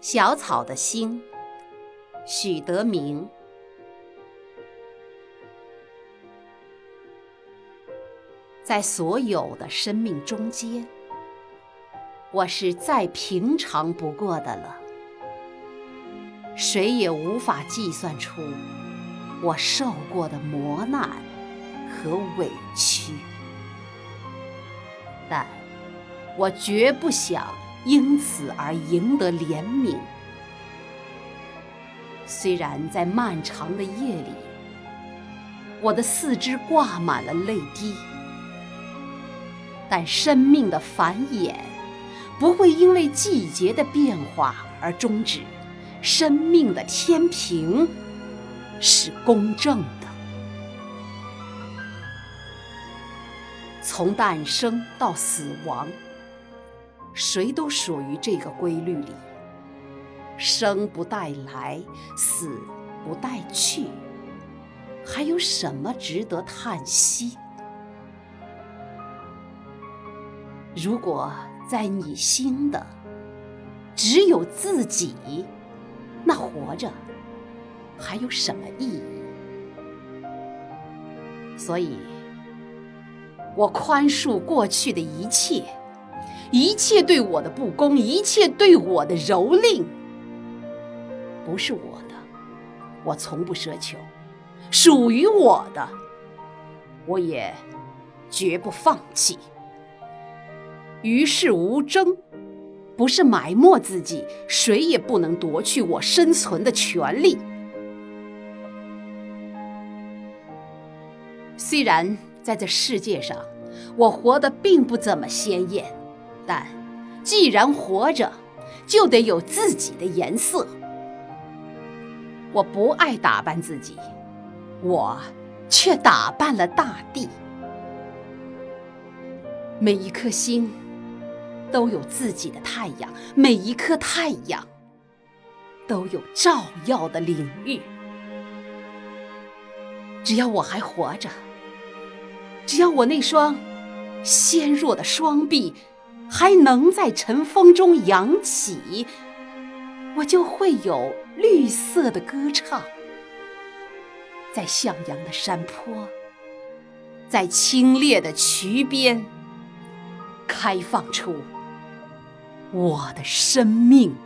小草的星，许德明。在所有的生命中间，我是再平常不过的了。谁也无法计算出我受过的磨难和委屈，但我绝不想因此而赢得怜悯。虽然在漫长的夜里，我的四肢挂满了泪滴，但生命的繁衍不会因为季节的变化而终止，生命的天平是公正的。从诞生到死亡，谁都属于这个规律里，生不带来，死不带去，还有什么值得叹息？如果在你心的只有自己，那活着还有什么意义？所以我宽恕过去的一切，一切对我的不公，一切对我的蹂躏。不是我的，我从不奢求；属于我的，我也绝不放弃。与世无争，不是埋没自己，谁也不能夺去我生存的权利。虽然在这世界上，我活得并不怎么鲜艳，但既然活着，就得有自己的颜色。我不爱打扮自己，我却打扮了大地。每一颗星都有自己的太阳，每一颗太阳都有照耀的领域。只要我还活着，只要我那双纤弱的双臂还能在晨风中扬起，我就会有绿色的歌唱，在向阳的山坡，在清冽的渠边，开放出我的生命。